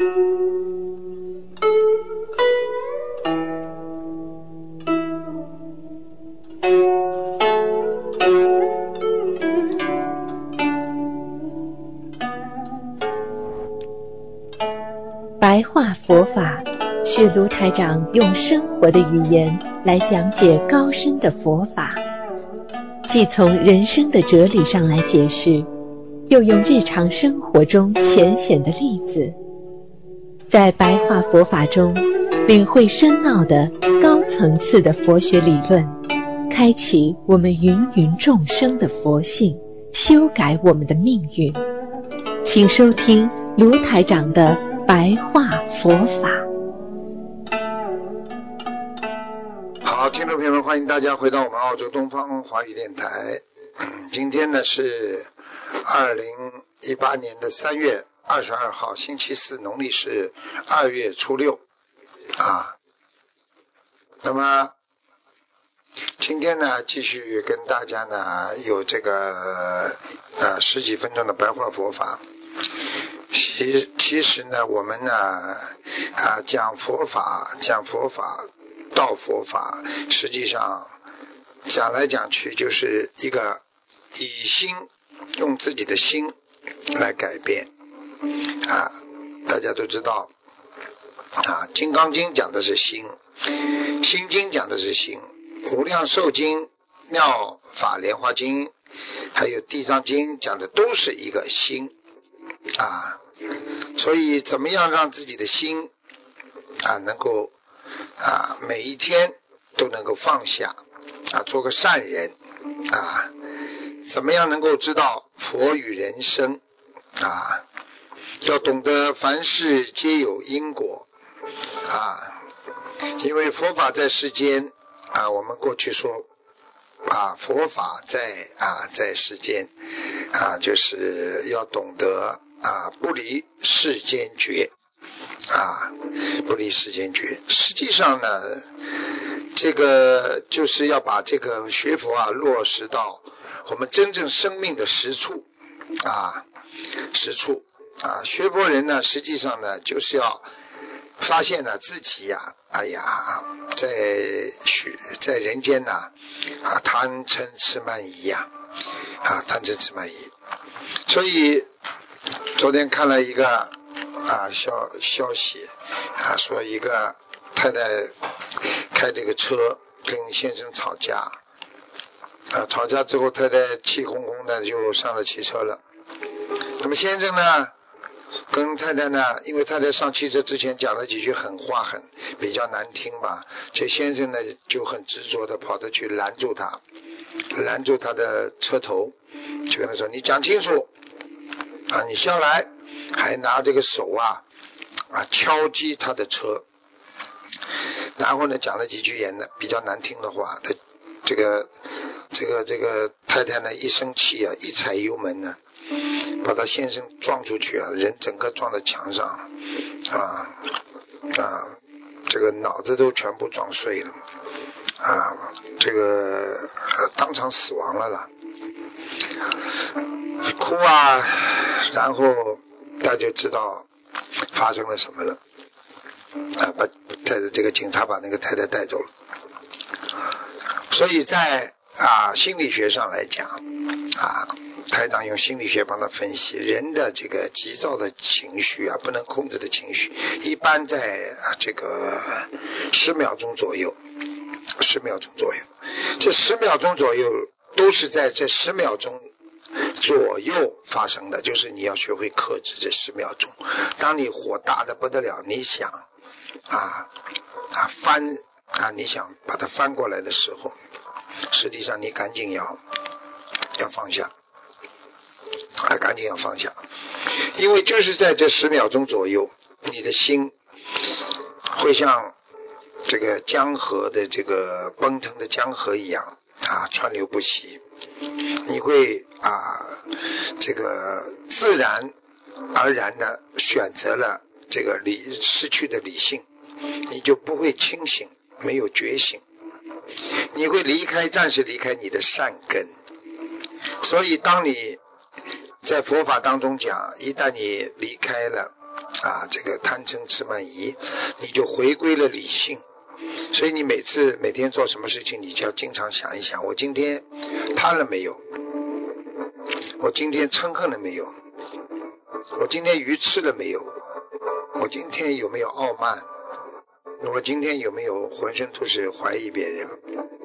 白话佛法是卢台长用生活的语言来讲解高深的佛法，既从人生的哲理上来解释，又用日常生活中浅显的例子，在白话佛法中领会深奥的高层次的佛学理论，开启我们芸芸众生的佛性，修改我们的命运。请收听卢台长的白话佛法。 好，听众朋友们，欢迎大家回到我们澳洲东方华语电台。今天呢是2018年的3月22号，星期四，农历是2月初6啊。那么今天呢继续跟大家呢有这个十几分钟的白话佛法。其实呢我们呢讲佛法道佛法，实际上讲来讲去就是一个以心，用自己的心来改变大家都知道金刚经讲的是心，心经讲的是心，无量寿经、妙法莲华经还有地藏经讲的都是一个心所以怎么样让自己的心能够每一天都能够放下做个善人怎么样能够知道佛与人生要懂得凡事皆有因果因为佛法在世间我们过去说佛法在世间就是要懂得不离世间觉不离世间觉。实际上呢这个就是要把这个学佛落实到我们真正生命的实处学佛人呢实际上呢就是要发现了自己在人间贪嗔痴慢疑贪嗔痴慢疑。所以昨天看了一个消息说一个太太开这个车跟先生吵架吵架之后太太气哄哄的就上了汽车了。那么先生呢跟太太呢，因为太太上汽车之前讲了几句狠话，比较难听吧，所以先生呢就很执着的跑着去拦住他的车头，就跟他说你讲清楚你下来，还拿这个手敲击他的车，然后呢讲了几句比较难听的话。他这个太太呢一生气一踩油门呢把他先生撞出去人整个撞到墙上这个脑子都全部撞碎了这个当场死亡了哭然后大家就知道发生了什么了这个警察把那个太太带走了。所以在心理学上来讲台长用心理学帮他分析人的这个急躁的情绪不能控制的情绪，一般在这个10秒钟左右，这10秒钟左右都是在这10秒钟左右发生的，就是你要学会克制这10秒钟。当你火大的不得了，你想你想把它翻过来的时候，实际上你赶紧要放下赶紧要放下，因为就是在这10秒钟左右，你的心会像这个江河的这个奔腾的江河一样川流不息，你会这个自然而然的选择了这个失去的理性，你就不会清醒，没有觉醒，你会暂时离开你的善根。所以当你在佛法当中讲，一旦你离开了这个贪嗔痴慢疑，你就回归了理性。所以你每天做什么事情，你就要经常想一想，我今天贪了没有，我今天嗔恨了没有，我今天愚痴了没有，我今天有没有傲慢，我今天有没有浑身都是怀疑别人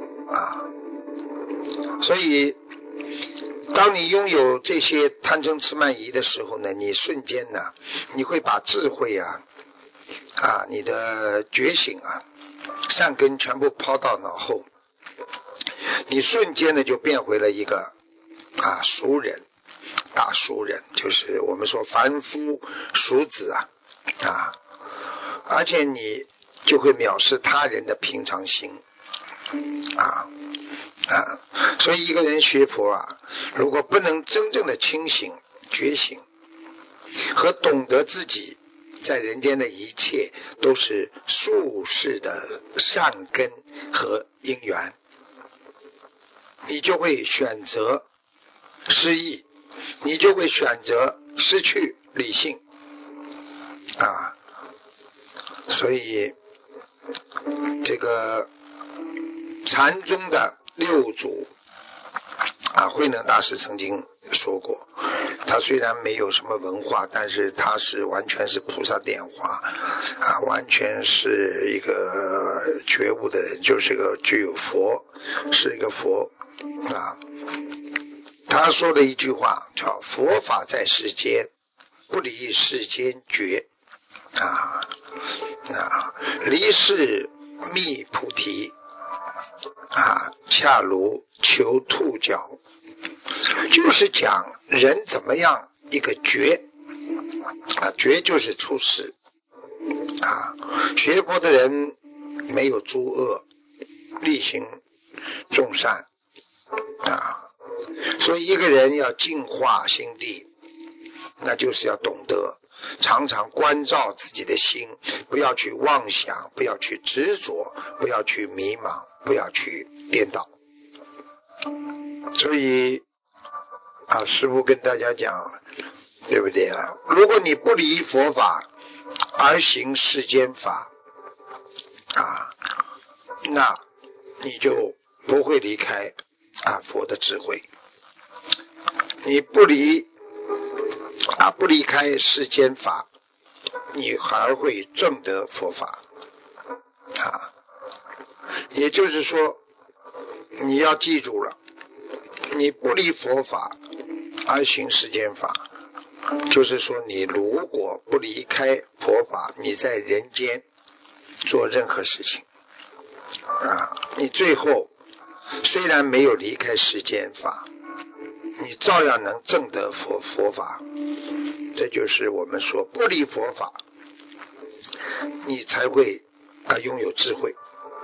所以当你拥有这些贪嗔痴慢疑的时候呢，你瞬间呢，你会把智慧你的觉醒善根全部抛到脑后，你瞬间呢就变回了一个俗人，大俗人，就是我们说凡夫俗子而且你就会藐视他人的平常心所以一个人学佛如果不能真正的清醒觉醒和懂得自己在人间的一切都是宿世的善根和因缘，你就会选择失忆，你就会选择失去理性所以这个禅宗的六祖慧能大师曾经说过，他虽然没有什么文化，但是他是完全是菩萨点化完全是一个觉悟的人，就是个具有佛，是一个佛他说的一句话叫佛法在世间，不离世间觉离世觅菩提恰如求兔角，就是讲人怎么样一个觉觉就是出世学佛的人没有诸恶，力行众善所以一个人要净化心地，那就是要懂得常常关照自己的心，不要去妄想，不要去执着，不要去迷茫，不要去颠倒。所以师父跟大家讲，对不对如果你不离佛法而行世间法那你就不会离开佛的智慧。你不离开世间法，你还会证得佛法也就是说你要记住了，你不离佛法而行世间法，就是说你如果不离开佛法，你在人间做任何事情你最后虽然没有离开世间法，你照样能证得佛法。这就是我们说不离佛法，你才会拥有智慧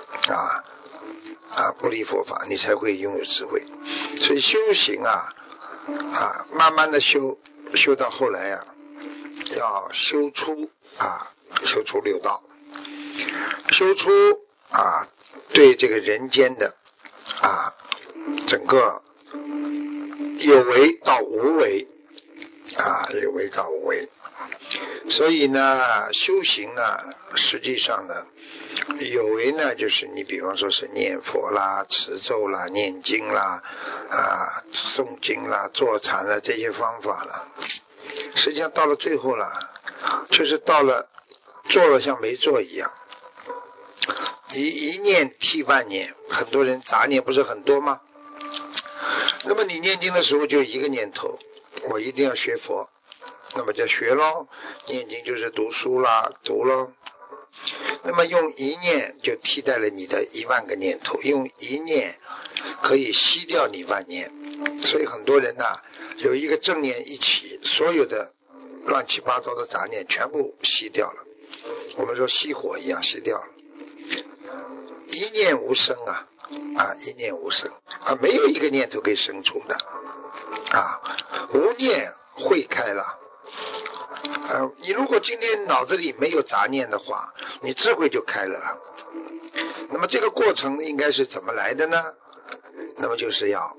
不离佛法你才会拥有智慧。所以修行慢慢的修到后来要修出六道，修出对这个人间的整个有为到无为有为到无为。所以呢修行呢实际上呢有为呢就是你比方说是念佛啦、持咒啦、念经啦诵经啦、坐禅啦这些方法啦，实际上到了最后了就是到了做了像没做一样，一念替万念，很多人杂念不是很多吗？那么你念经的时候就一个念头，我一定要学佛，那么就学咯，念经就是读书啦，读咯。那么用一念就替代了你的10000个念头，用一念可以吸掉你万念。所以很多人有一个正念一起，所有的乱七八糟的杂念全部吸掉了，我们说熄火一样熄掉了。一念无生一念无生没有一个念头可以生出的无念慧开了你如果今天脑子里没有杂念的话，你智慧就开了。那么这个过程应该是怎么来的呢？那么就是要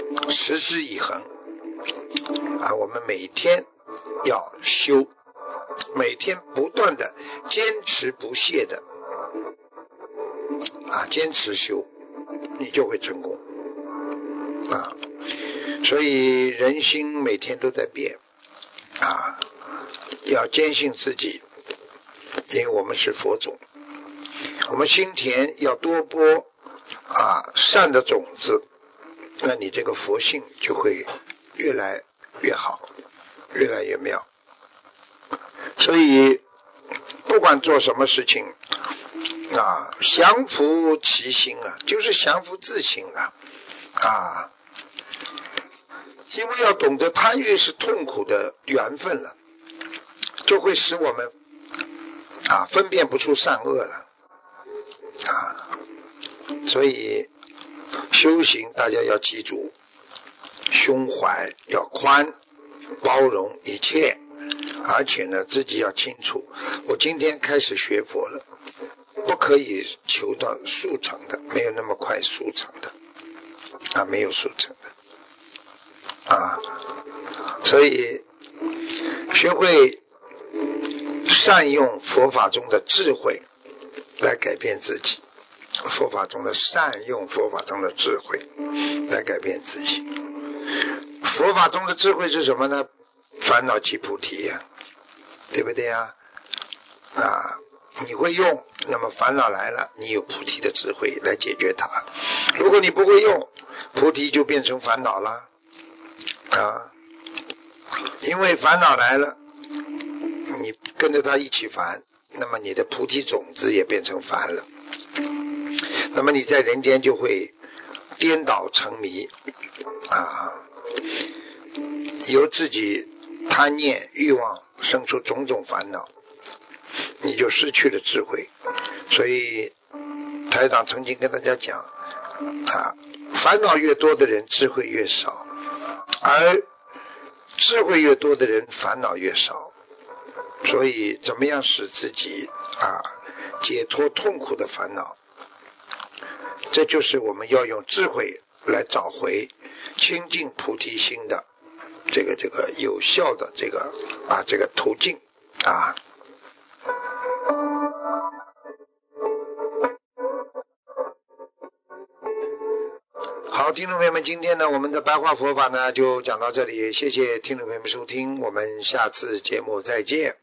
持之以恒我们每天要修每天不断的坚持不懈的坚持修，你就会成功所以人心每天都在变要坚信自己，因为我们是佛种，我们心田要多播善的种子，那你这个佛性就会越来越好，越来越妙。所以不管做什么事情降伏其心就是降伏自心因为要懂得贪欲是痛苦的缘分了，就会使我们分辨不出善恶了所以修行大家要记住，胸怀要宽，包容一切，而且呢自己要清楚，我今天开始学佛了，不可以求到速成的，没有那么快速成的没有速成的所以学会善用佛法中的智慧来改变自己，佛法中的善用佛法中的智慧来改变自己。佛法中的智慧是什么呢？烦恼即菩提对不对你会用，那么烦恼来了，你有菩提的智慧来解决它。如果你不会用，菩提就变成烦恼了因为烦恼来了，你跟着它一起烦，那么你的菩提种子也变成烦了，那么你在人间就会颠倒成迷由自己贪念欲望生出种种烦恼，你就失去了智慧。所以台长曾经跟大家讲烦恼越多的人智慧越少，而智慧越多的人烦恼越少。所以怎么样使自己解脱痛苦的烦恼，这就是我们要用智慧来找回清净菩提心的这个有效的这个途径好，听众朋友们，今天呢我们的白话佛法呢就讲到这里，谢谢听众朋友们收听，我们下次节目再见。